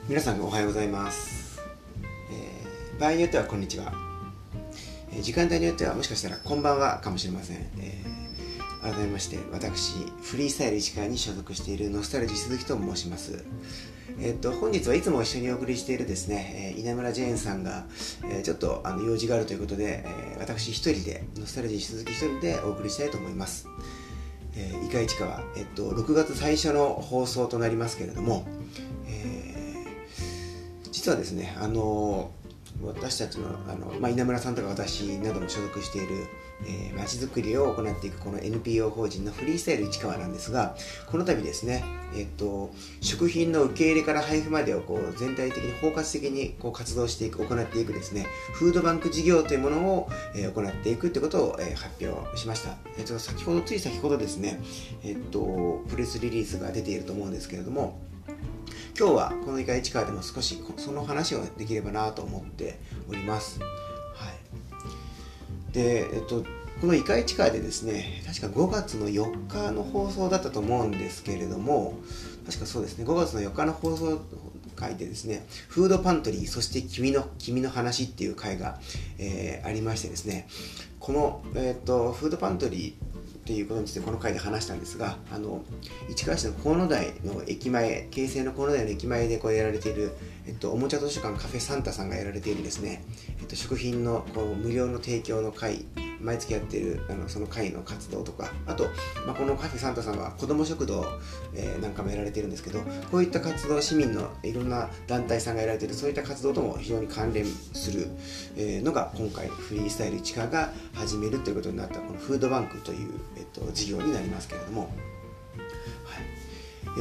皆さんおはようございます。場合によってはこんにちは、時間帯によってはもしかしたらこんばんはかもしれません。改めまして私フリースタイル市川に所属しているノスタルジー鈴木と申します。本日はいつも一緒にお送りしているですね、稲村ジェーンさんが、ちょっと用事があるということで、私一人でノスタルジー鈴木一人でお送りしたいと思います。イカイチカは、6月最初の放送となりますけれども、実はですね、私たちの稲村さんとか私なども所属しているまちづくりを行っていくこの NPO 法人のフリースタイル市川なんですが、この度ですね、食品の受け入れから配布までを全体的に包括的に活動していく、行っていくですね、フードバンク事業というものを行っていくということを発表しました。つい先ほどですね、プレスリリースが出ていると思うんですけれども、今日はこのイカイチカでも少しその話をできればなと思っております。はい。で、このイカイチカでですね、確か5月の4日の放送だったと思うんですけれども、確かそうですね、5月の4日の放送回でですね、フードパントリー、そして君の話っていう回が、ありましてですね、この、フードパントリーということについてこの回で話したんですが、市川市の河野台の駅前、京成の河野台の駅前でやられている、おもちゃ図書館カフェサンタさんがやられているですね、食品の無料の提供の会、毎月やっているその会の活動とか、あと、このカフェサンタさんは子ども食堂、なんかもやられているんですけど、こういった活動、市民のいろんな団体さんがやられているそういった活動とも非常に関連するのが今回フリースタイル市川が始めるということになったこのフードバンクという事業になりますけれども、はい、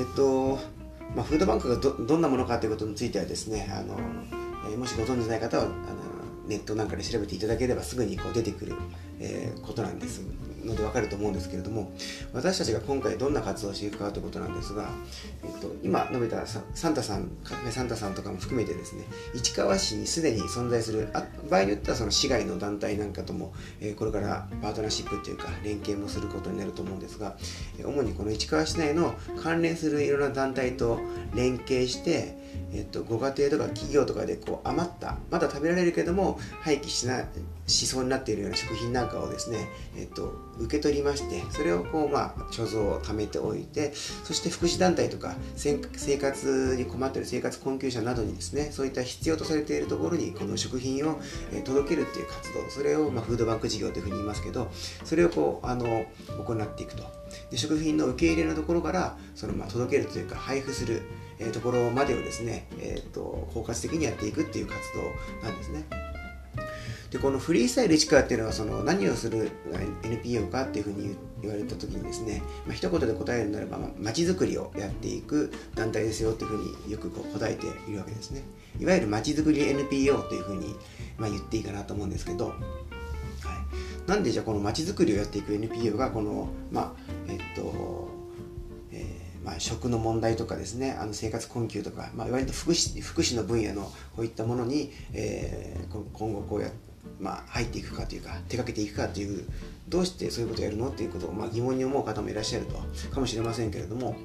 フードバンクがどんなものかということについてはですね、もしご存じない方はネットなんかで調べていただければすぐに出てくる、ことなんですので分かると思うんですけれども、私たちが今回どんな活動をしていくかということなんですが、今述べたサンタさん、カフェサンタさんとかも含めてですね、市川市にすでに存在する、場合によってはその市外の団体なんかとも、これからパートナーシップというか連携もすることになると思うんですが、主にこの市川市内の関連するいろんな団体と連携して、ご家庭とか企業とかで余ったまだ食べられるけども廃棄しそうになっているような食品なんかをですね、受け取りまして、それを貯蔵貯めておいて、そして福祉団体とか生活に困っている生活困窮者などにですね、そういった必要とされているところにこの食品を届けるっていう活動、それをフードバンク事業というふうに言いますけど、それを行っていくと。で、食品の受け入れのところから届けるというか配布するところまでをですね、包括的にやっていくっていう活動なんですね。で、このフリースタイル市川っていうのは何をする NPO かっていうふうに言われた時にですね、一言で答えるならばまちづくりをやっていく団体ですよっていうふうによく答えているわけですね。いわゆるまちづくり NPO というふうに言っていいかなと思うんですけど、はい、なんでじゃあこのまちづくりをやっていく NPO がこの食の問題とかですね、生活困窮とか、割と福祉の分野のこういったものに、今後入っていくかというか手掛けていくかという、どうしてそういうことをやるのっていうことを疑問に思う方もいらっしゃるかもしれませんけれども、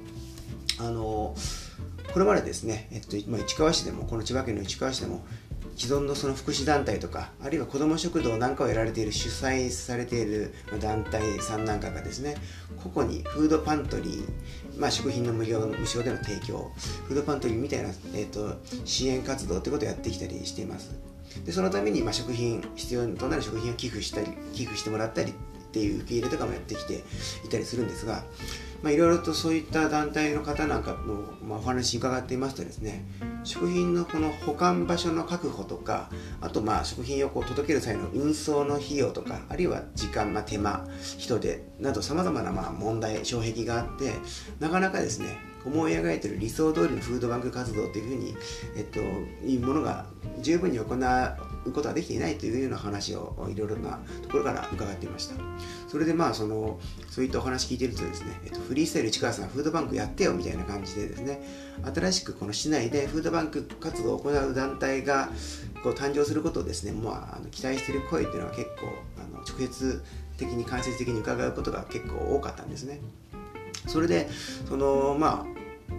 これまでですね、市川市でもこの千葉県の市川市でも既存のその福祉団体とか、あるいは子ども食堂なんかをやられている主催されている団体さんなんかがですね、個々にフードパントリー、食品の無償での提供、フードパントリーみたいな、支援活動ということをやってきたりしています。で、そのために必要となる食品を寄付してもらったりっていう受け入れとかもやってきていたりするんですが、いろいろとそういった団体の方なんかの、お話伺っていますとですね、食品のこの保管場所の確保とか、あと食品を届ける際の運送の費用とか、あるいは時間、手間、人手などさまざまな問題、障壁があって、なかなかですね、思い描いている理想通りのフードバンク活動というふうに、いうものが十分に行うことができていないというような話をいろいろなところから伺っていました。それでそういったお話聞いているとですね、フリースタイル市川さんフードバンクやってよみたいな感じでですね、新しくこの市内でフードバンク活動を行う団体が誕生することをですね、期待している声っていうのは結構直接的に間接的に伺うことが結構多かったんですね。それで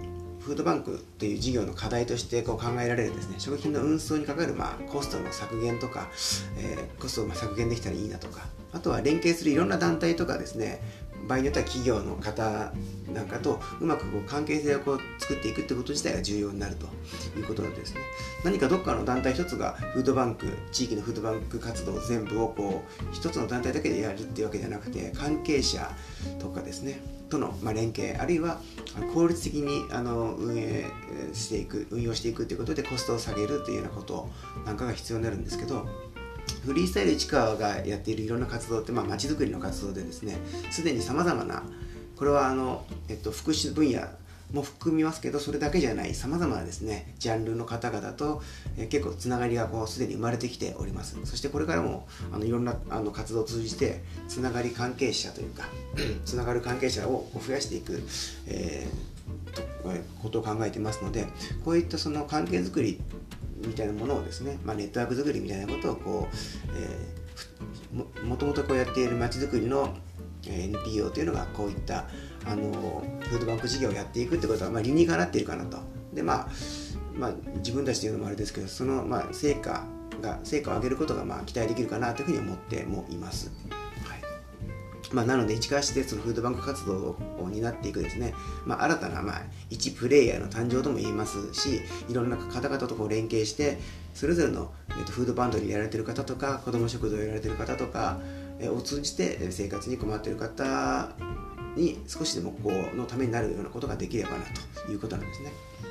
フードバンクという事業の課題として考えられるですね、食品の運送にかかるコストの削減とか、コストを削減できたらいいなとか、あとは連携するいろんな団体とかですね、場合によっては企業の方なんかとうまく関係性を作っていくってこと自体が重要になるということでですね、何かどっかの団体一つがフードバンク、地域のフードバンク活動全部を一つの団体だけでやるっていうわけじゃなくて、関係者とかですねとの連携、あるいは効率的に運用していくということでコストを下げるというようなことなんかが必要になるんですけど、フリースタイル市川がやっているいろんな活動ってまちづくりの活動でですね、すでにさまざまな、これは福祉分野も含みますけど、それだけじゃないさまざまなですねジャンルの方々と、結構つながりがすでに生まれてきております。そしてこれからもいろんな活動を通じてつながり関係者というかつながる関係者を増やしていく、ことを考えていますので、こういったその関係づくりみたいなものをですね、ネットワーク作りみたいなことをもともとやっているまちづくりの NPO というのがこういったフードバンク事業をやっていくってことは理にかなっているかなと。で自分たちというのもあれですけど、その成果を上げることが期待できるかなというふうに思ってもいます。なので市川市でそのフードバンク活動を担っていくですね、新たな一プレイヤーの誕生とも言えますし、いろんな方々と連携してそれぞれのフードバンドにやられている方とか子ども食堂をやられている方とかを通じて生活に困っている方に少しでものためになるようなことができればなということなんですね。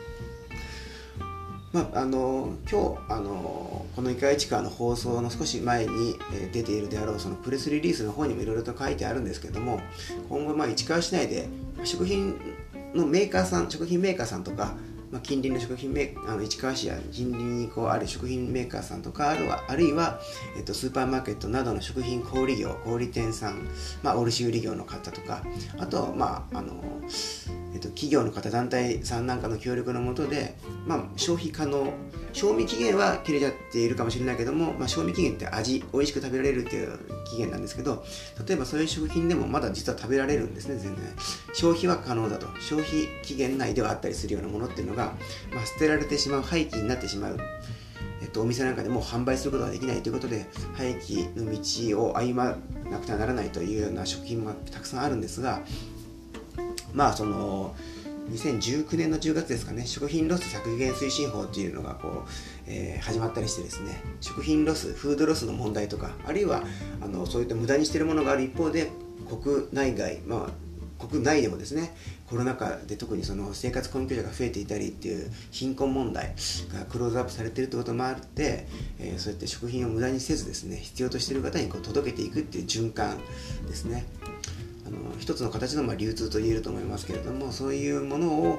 今日このいか市川の放送の少し前に出ているであろうそのプレスリリースの方にもいろいろと書いてあるんですけども、今後市川市内で食品メーカーさんとか、近隣の市川市や近隣にある食品メーカーさんとか、あるいは、スーパーマーケットなどの食品小売業、小売店さん、卸売業の方とか、あと企業の方、団体さんなんかの協力のもとで、消費可能、賞味期限は切れちゃっているかもしれないけども、賞味期限って美味しく食べられるっていう期限なんですけど、例えばそういう食品でもまだ実は食べられるんですね。全然消費は可能だと、消費期限内ではあったりするようなものっていうのが、捨てられてしまう、廃棄になってしまう、お店なんかでも販売することができないということで廃棄の道を歩まなくてはならないというような食品もたくさんあるんですが、その2019年の10月ですかね、食品ロス削減推進法というのが始まったりしてですね、食品ロス、フードロスの問題とか、あるいはそういった無駄にしているものがある一方で、国内外、国内でもですね、コロナ禍で特にその生活困窮者が増えていたりっていう貧困問題がクローズアップされているということもあって、そうやって食品を無駄にせずですね、必要としている方に届けていくっていう循環ですね。一つの形の流通と言えると思いますけれども、そういうものを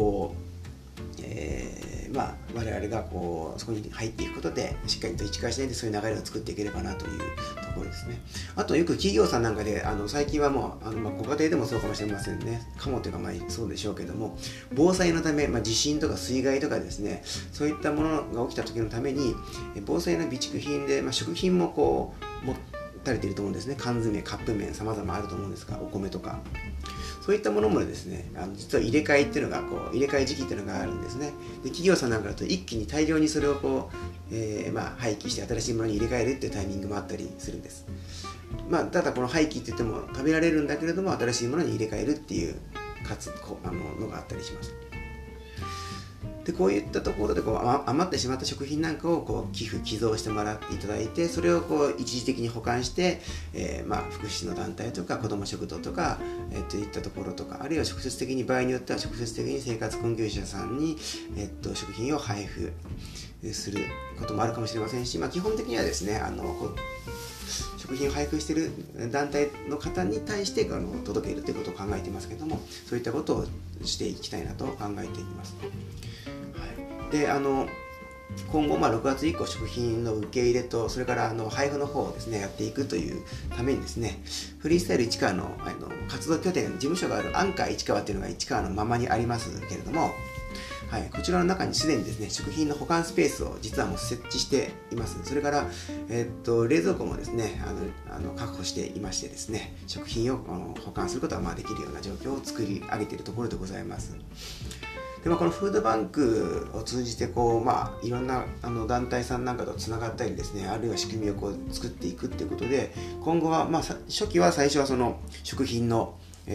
我々がそこに入っていくことでしっかりと市川市内でそういう流れを作っていければなというところですね。あとよく企業さんなんかで最近はもうご家庭でもそうかもしれませんね、かもというかそうでしょうけども、防災のため、地震とか水害とかですね、そういったものが起きた時のために防災の備蓄品で、食品も持たれていると思うんですね。缶詰、カップ麺、様々あると思うんですが、お米とかそういったものもですね、実は入れ替えっていうのが入れ替え時期っていうのがあるんですね。で、企業さんなんかだと一気に大量にそれを廃棄して新しいものに入れ替えるっていうタイミングもあったりするんです。ただこの廃棄って言っても食べられるんだけれども、新しいものに入れ替えるっていうのがあったりします。で、こういったところで余ってしまった食品なんかを寄贈してもらっていただいて、それを一時的に保管して、福祉の団体とか子ども食堂とか、といったところとか、あるいは直接的に場合によっては直接的に生活困窮者さんに、食品を配布することもあるかもしれませんし、基本的にはですね、食品を配布している団体の方に対して届けるということを考えていますけれども、そういったことをしていきたいなと考えています。で、今後6月以降食品の受け入れとそれから配布の方をですねやっていくというためにですね、フリースタイル市川の活動拠点、事務所があるアンカー市川というのが市川のままにありますけれども、こちらの中にすでにですね食品の保管スペースを実はもう設置しています。それから、冷蔵庫もですね確保していましてですね、食品を保管することができるような状況を作り上げているところでございます。 で、このフードバンクを通じていろんな団体さんなんかとつながったりですね、あるいは仕組みを作っていくっていうことで、今後は、初期は最初はその食品の、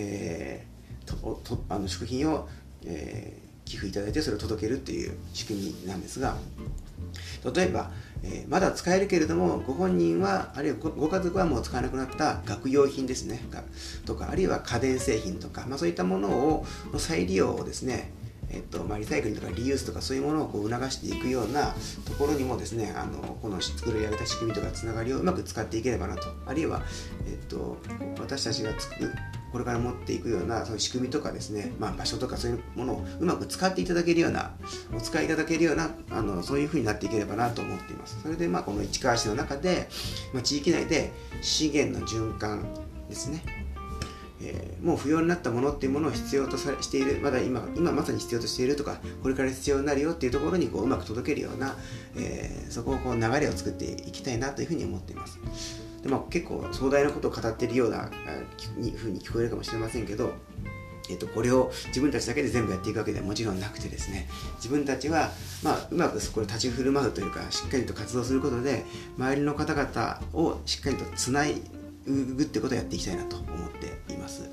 食品を、寄付いただいてそれを届けるっていう仕組みなんですが、例えば、まだ使えるけれどもご本人はあるいはご家族はもう使わなくなった学用品ですねとか、あるいは家電製品とか、そういったものをの再利用をですね、リサイクルとかリユースとかそういうものを促していくようなところにもですね、この作り上げた仕組みとかつながりをうまく使っていければなと、あるいは、私たちがこれから持っていくようなその仕組みとかですね、場所とかそういうものをうまく使っていただけるような、お使いいただけるようなそういう風になっていければなと思っています。それでこの市川市の中で、地域内で資源の循環ですね、もう不要になったものっていうものを必要としている、まだ今まさに必要としているとか、これから必要になるよっていうところにうまく届けるような、そこを流れを作っていきたいなというふうに思っています。で、結構壮大なことを語っているようなふうに聞こえるかもしれませんけど、これを自分たちだけで全部やっていくわけではもちろんなくてですね、自分たちは、うまくそこで立ち振る舞うというか、しっかりと活動することで周りの方々をしっかりとつないぐってことをやっていきたいなと思っています。はい、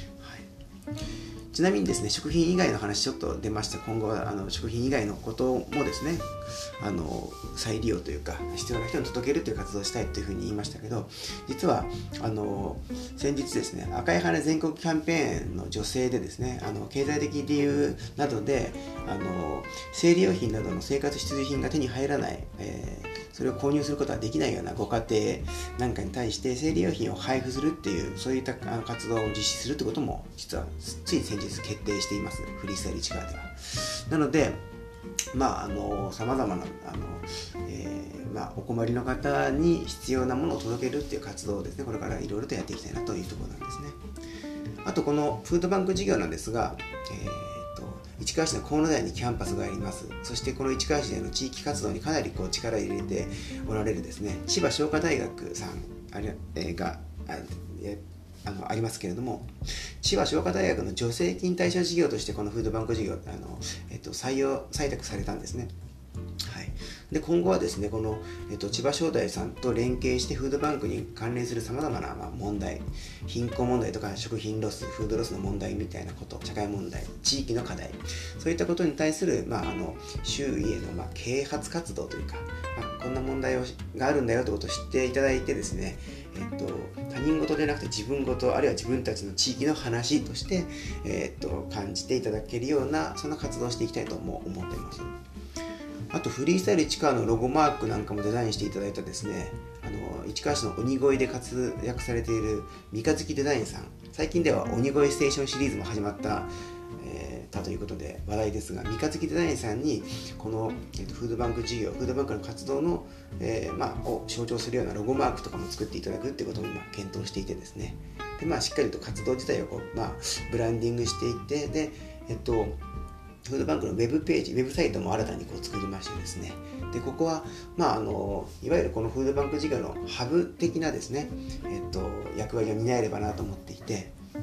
ちなみにですね、食品以外の話ちょっと出ました。今後は食品以外のこともですね、再利用というか必要な人に届けるという活動をしたいというふうに言いましたけど、実は先日ですね、赤い羽全国キャンペーンの助成でですね、経済的理由などで生理用品などの生活必需品が手に入らない、それを購入することができないようなご家庭なんかに対して生理用品を配布するっていう、そういった活動を実施するってことも実はつい先日決定しています。フリースタイル市川では。なのでさまざまなお困りの方に必要なものを届けるっていう活動をですね、これからいろいろとやっていきたいなというところなんですね。あとこのフードバンク事業なんですが、市川市の河野台にキャンパスがあります。そしてこの市川市での地域活動にかなり力を入れておられるですね、千葉商科大学さんがありますけれども、千葉商科大学の助成金対象事業としてこのフードバンク事業採択されたんですね。はい、で今後はですね、この、千葉商大さんと連携してフードバンクに関連するさまざまな問題、貧困問題とか食品ロス、フードロスの問題みたいなこと、社会問題、地域の課題、そういったことに対する、周囲への、啓発活動というか、こんな問題があるんだよということを知っていただいてですね、他人事でなくて自分事、あるいは自分たちの地域の話として、感じていただけるような、そんな活動をしていきたいとも思っています。あとフリースタイル市川のロゴマークなんかもデザインしていただいたですね、市川市の鬼越で活躍されている三日月デザインさん、最近では鬼越ステーションシリーズも始まったということで話題ですが、三日月デザインさんにこの、フードバンク事業、フードバンクの活動の、を象徴するようなロゴマークとかも作っていただくっていうことを今検討していてですね、で、しっかりと活動自体をブランディングしていって、で、フードバンクのウェブページ、ウェブサイトも新たに作りましてですね、でここは、いわゆるこのフードバンク事業のハブ的なですね、役割を担えればなと思っていて、はい、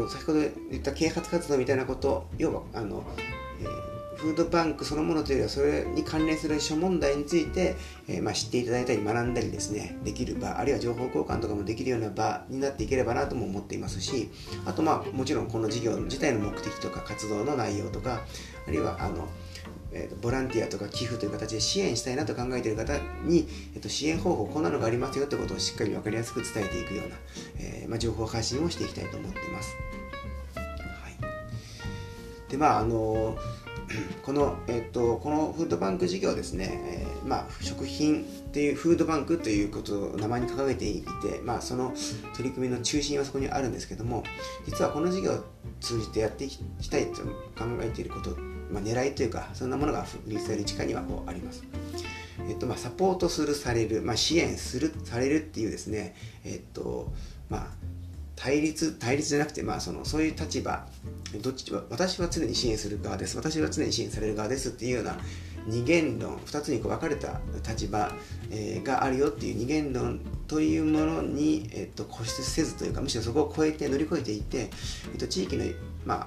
先ほど言った啓発活動みたいなこと、要はフードバンクそのものというよりはそれに関連する諸問題について、知っていただいたり学んだりですねできる場、あるいは情報交換とかもできるような場になっていければなとも思っていますし、あともちろんこの事業自体の目的とか活動の内容とか、あるいはボランティアとか寄付という形で支援したいなと考えている方に、支援方法こんなのがありますよということをしっかり分かりやすく伝えていくような、情報発信をしていきたいと思っています。はい、でこのフードバンク事業ですね、食品っていうフードバンクということを名前に掲げていて、その取り組みの中心はそこにあるんですけども、実はこの事業を通じてやっていきたいと考えていること、狙いというかそんなものがフリースタイル市川にはあります。サポートされる、支援されるっていうですね、対立じゃなくて、そういう立場、私は常に支援する側です、私は常に支援される側ですっていうような二元論、2つに分かれた立場、があるよっていう二元論というものに、固執せずというか、むしろそこを乗り越えていって、地域の、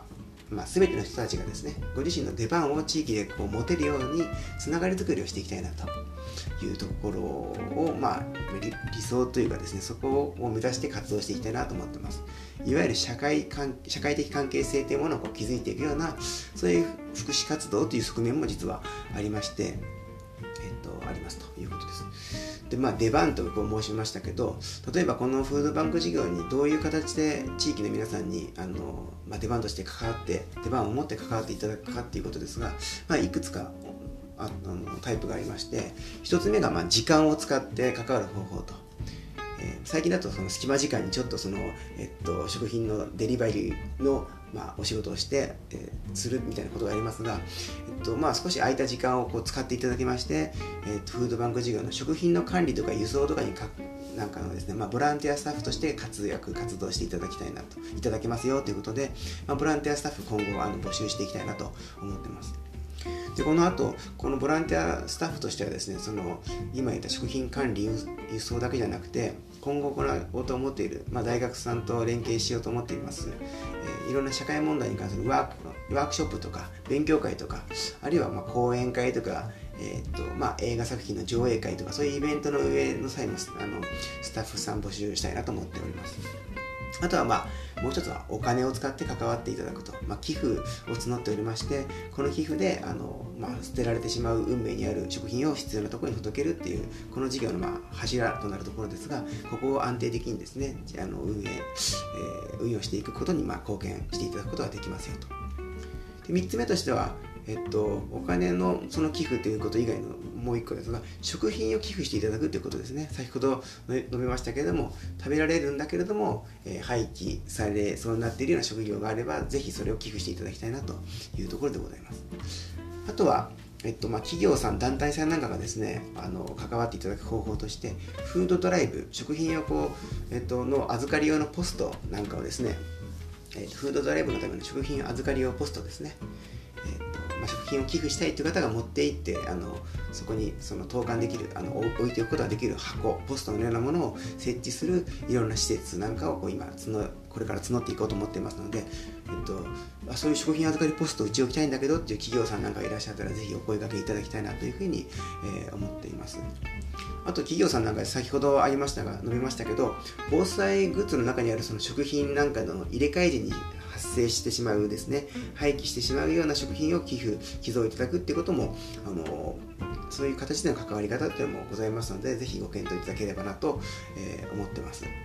全ての人たちがですね、ご自身の出番を地域でこう持てるようにつながり作りをしていきたいなというところを、理想というかですね、そこを目指して活動していきたいなと思ってます。いわゆる社会的関係性というものをこう築いていくような、そういう福祉活動という側面も実はありまして、ありますということです。で、出番とこう申しましたけど、例えばこのフードバンク事業にどういう形で地域の皆さんに出番として関わって、出番を持って関わっていただくかっていうことですが、いくつかタイプがありまして、一つ目が時間を使って関わる方法と、最近だとその隙間時間にちょっとその、食品のデリバリーのお仕事をして、するみたいなことがありますが、少し空いた時間をこう使っていただきまして、フードバンク事業の食品の管理とか輸送とかになんかのですね、ボランティアスタッフとして活動していただきたいなと、いただけますよということで、ボランティアスタッフ今後募集していきたいなと思ってます。で、この後、このボランティアスタッフとしてはですね、その今言った食品管理輸送だけじゃなくて、今後行おうと思っている、大学さんと連携しようと思っています、いろんな社会問題に関するワークショップとか勉強会とか、あるいは講演会とか、映画作品の上映会とか、そういうイベントの運営の際もスタッフさん募集したいなと思っております。あとはもう一つはお金を使って関わっていただくと、寄付を募っておりまして、この寄付で捨てられてしまう運命にある食品を必要なところに届けるっていう、この事業の柱となるところですが、ここを安定的にですね、運用していくことに貢献していただくことができますよと。で、3つ目としては、お金のその寄付ということ以外のもう一個ですが、食品を寄付していただくということですね。先ほど述べましたけれども、食べられるんだけれども、廃棄されそうになっているような食料があれば、ぜひそれを寄付していただきたいなというところでございます。あとは、企業さん、団体さんなんかがですね、関わっていただく方法として、フードドライブ、食品をの預かり用のポストなんかをですね、フードドライブのための食品預かり用ポストですね、食品を寄付したいという方が持って行って、そこにその投函できる、置いておくことができる箱、ポストのようなものを設置するいろんな施設なんかをこれから募っていこうと思っていますので、そういう食品預かりポストをうち置きたいんだけどっていう企業さんなんかがいらっしゃったら、ぜひお声掛けいただきたいなというふうに、思っています。あと企業さんなんかで先ほど述べましたけど、防災グッズの中にあるその食品なんかの入れ替え時に発生してしまうですね、廃棄してしまうような食品を寄贈いただくっていうことも、そういう形での関わり方っていうのもございますので、ぜひご検討いただければなと、思ってます。はい。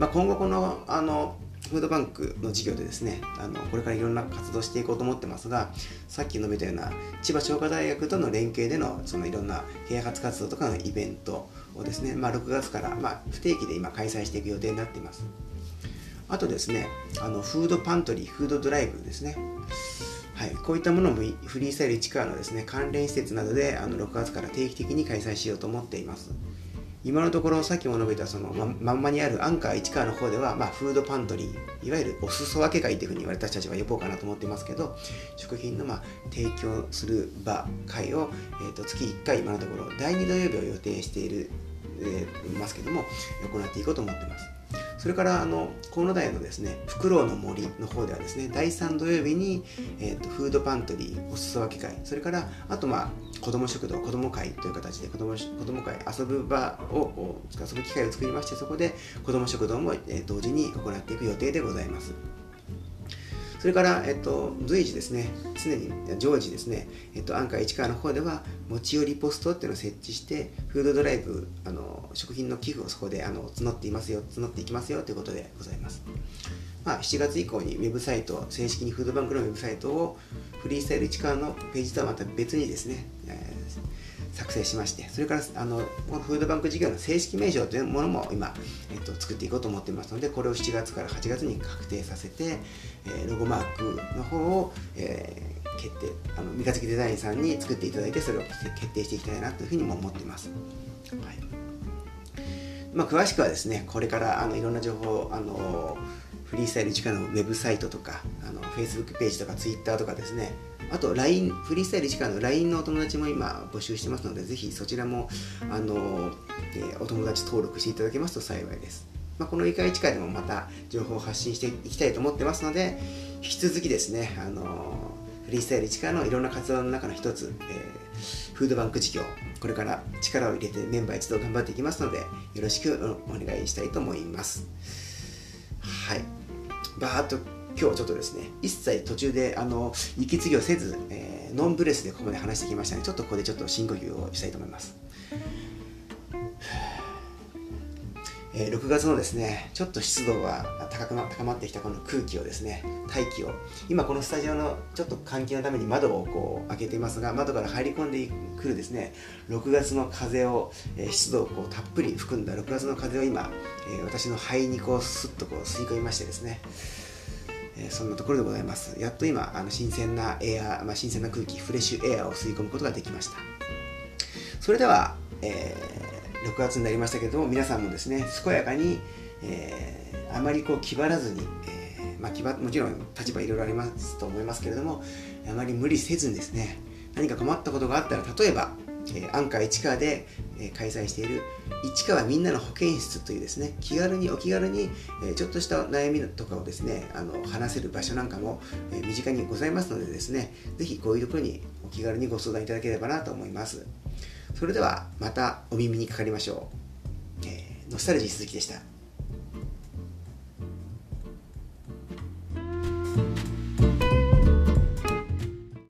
今後このフードバンクの事業でですね、これからいろんな活動していこうと思ってますが、さっき述べたような千葉商科大学との連携でのそのいろんな啓発活動とかのイベントをですね、6月から不定期で今開催していく予定になっています。あとですね、フードパントリー、フードドライブですね。はい、こういったものもフリースタイル市川のですね、関連施設などで6月から定期的に開催しようと思っています。今のところさっきも述べたそのまんまにあるアンカー市川の方では、フードパントリー、いわゆるお裾分け会というふうに私たちは呼ぼうかなと思っていますけど、食品の提供する会を、月1回今のところ第2土曜日を予定していますけども、行っていこうと思っています。それから河野台のですね、フクロウの森の方ではですね、第3土曜日に、フードパントリーお裾分け会、それからあと子ども食堂、子ども会という形で子ども会、遊ぶ機会を作りまして、そこで子ども食堂も、同時に行っていく予定でございます。それから、随時ですね、常時ですね、アンカー市川の方では持ち寄りポストっていうのを設置して、フードドライブ、食品の寄付をそこで募っていきますよということでございます。7月以降にウェブサイト、正式にフードバンクのウェブサイトをフリースタイル市川のページとはまた別にですね、作成しまして、それからこのフードバンク事業の正式名称というものも今、作っていこうと思っていますので、これを7月から8月に確定させて、ロゴマークの方を、三日月デザインさんに作っていただいて、それを決定していきたいなというふうにも思っています。はい。詳しくはですね、これからいろんな情報をフリースタイル市川のウェブサイトとかFacebook ページとか Twitter とかですね、あと LINE、フリースタイル市川の LINE のお友達も今募集してますので、ぜひそちらもお友達登録していただけますと幸いです。 このいかいちかでもまた情報を発信していきたいと思ってますので、引き続きですね、フリースタイル市川のいろんな活動の中の一つ、フードバンク事業、これから力を入れてメンバー一同頑張っていきますので、よろしくお願いしたいと思います。はい。バーっと今日ちょっとですね、一切途中で息継ぎをせず、ノンブレスでここまで話してきましたので、ちょっとここでちょっと深呼吸をしたいと思います。6月のですね、ちょっと湿度が高まってきたこの空気をですね、大気を、今このスタジオのちょっと換気のために窓をこう開けていますが、窓から入り込んでくるですね、6月の風を、湿度をこうたっぷり含んだ6月の風を今、私の肺にこうスッとこう吸い込みましてですね、そんなところでございます。やっと今新鮮なエア、新鮮な空気、フレッシュエアを吸い込むことができました。それでは、6月になりましたけれども、皆さんもですね、健やかに、あまりこう気張らずに、もちろん立場いろいろありますと思いますけれども、あまり無理せずにですね、何か困ったことがあったら、例えば、アンカー市川で、開催している市川みんなの保健室というですね、お気軽に、ちょっとした悩みとかをですね、話せる場所なんかも、身近にございますのでですね、ぜひこういうところにお気軽にご相談いただければなと思います。それではまたお耳にかかりましょう。ノスタルジー鈴木でした。